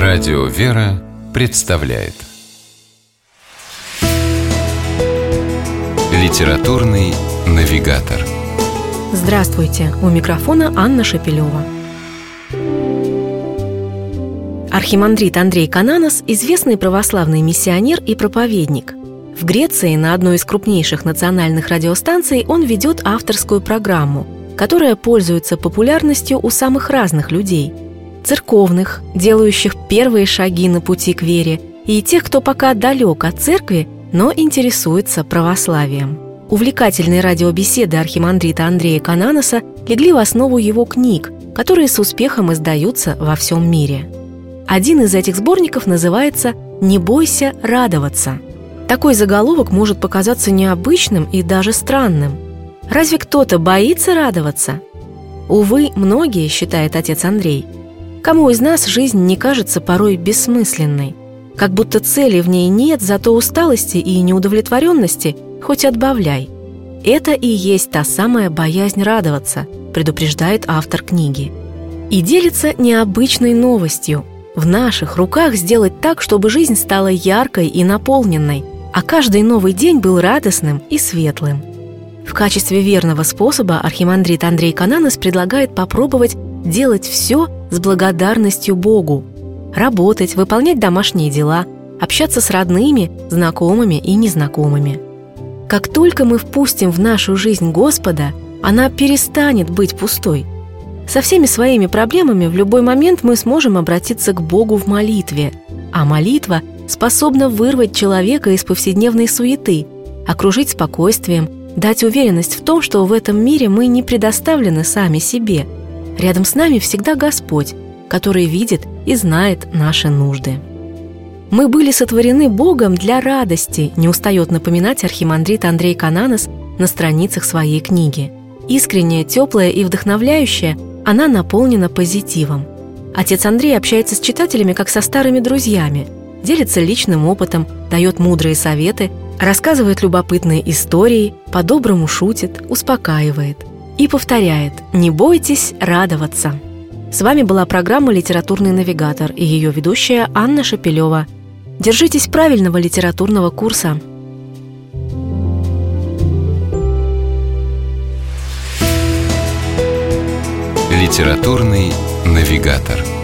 Радио «Вера» представляет Литературный навигатор. Здравствуйте! У микрофона Анна Шапилева. Архимандрит Андрей Кананос – известный православный миссионер и проповедник. В Греции на одной из крупнейших национальных радиостанций он ведет авторскую программу, которая пользуется популярностью у самых разных людей – церковных, делающих первые шаги на пути к вере, и тех, кто пока далек от церкви, но интересуется православием. Увлекательные радиобеседы архимандрита Андрея Кананоса легли в основу его книг, которые с успехом издаются во всем мире. Один из этих сборников называется «Не бойся радоваться». Такой заголовок может показаться необычным и даже странным. Разве кто-то боится радоваться? Увы, многие, считает отец Андрей. Кому из нас жизнь не кажется порой бессмысленной? Как будто цели в ней нет, зато усталости и неудовлетворенности хоть отбавляй. Это и есть та самая боязнь радоваться, предупреждает автор книги. И делится необычной новостью. В наших руках сделать так, чтобы жизнь стала яркой и наполненной, а каждый новый день был радостным и светлым. В качестве верного способа архимандрит Андрей Кананос предлагает попробовать делать все с благодарностью Богу, работать, выполнять домашние дела, общаться с родными, знакомыми и незнакомыми. Как только мы впустим в нашу жизнь Господа, она перестанет быть пустой. Со всеми своими проблемами в любой момент мы сможем обратиться к Богу в молитве, а молитва способна вырвать человека из повседневной суеты, окружить спокойствием, дать уверенность в том, что в этом мире мы не предоставлены сами себе. Рядом с нами всегда Господь, который видит и знает наши нужды. Мы были сотворены Богом для радости, не устает напоминать архимандрит Андрей Кананос на страницах своей книги. Искренняя, теплая и вдохновляющая, она наполнена позитивом. Отец Андрей общается с читателями как со старыми друзьями, делится личным опытом, дает мудрые советы, рассказывает любопытные истории, по-доброму шутит, успокаивает. И повторяет: «Не бойтесь радоваться». С вами была программа «Литературный навигатор» и ее ведущая Анна Шапилева. Держитесь правильного литературного курса. Литературный навигатор.